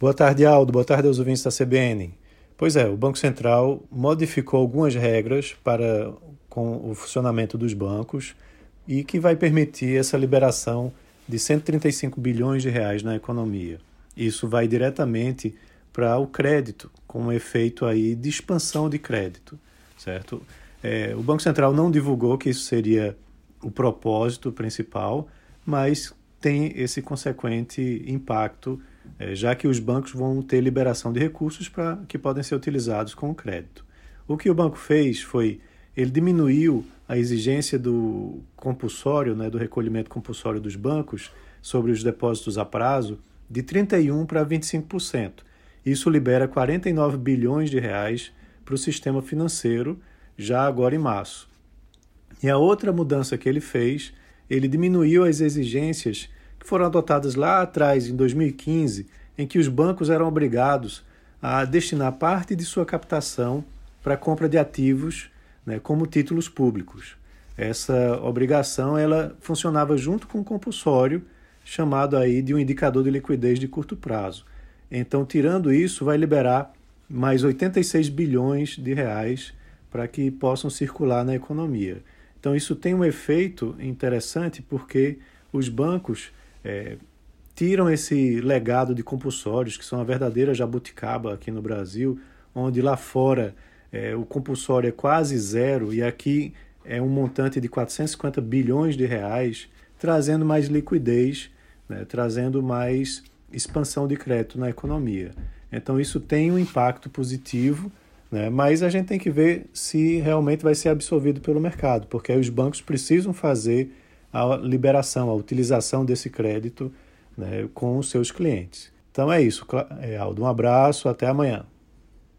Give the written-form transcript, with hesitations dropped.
Boa tarde, Aldo. Boa tarde aos ouvintes da CBN. Pois é, o Banco Central modificou algumas regras para com o funcionamento dos bancos e que vai permitir essa liberação de 135 bilhões de reais na economia. Isso vai diretamente para o crédito, com um efeito aí de expansão de crédito, certo? O Banco Central não divulgou que isso seria o propósito principal, mas tem esse consequente impacto, já que os bancos vão ter liberação de recursos que podem ser utilizados com o crédito. O que o banco fez foi, ele diminuiu a exigência do compulsório, do recolhimento compulsório dos bancos sobre os depósitos a prazo de 31% para 25%. Isso libera 49 bilhões de reais para o sistema financeiro já agora em março. E a outra mudança que ele fez, ele diminuiu as exigências que foram adotadas lá atrás, em 2015, em que os bancos eram obrigados a destinar parte de sua captação para a compra de ativos, como títulos públicos. Essa obrigação ela funcionava junto com o compulsório, chamado aí de um indicador de liquidez de curto prazo. Então, tirando isso, vai liberar mais 86 bilhões de reais para que possam circular na economia. Então, isso tem um efeito interessante porque os bancos tiram esse legado de compulsórios, que são a verdadeira jabuticaba aqui no Brasil, onde lá fora o compulsório é quase zero e aqui é um montante de 450 bilhões de reais, trazendo mais liquidez, trazendo mais expansão de crédito na economia. Então isso tem um impacto positivo, mas a gente tem que ver se realmente vai ser absorvido pelo mercado, porque aí os bancos precisam fazer a liberação, a utilização desse crédito com os seus clientes. Então é isso, Aldo. Um abraço, até amanhã.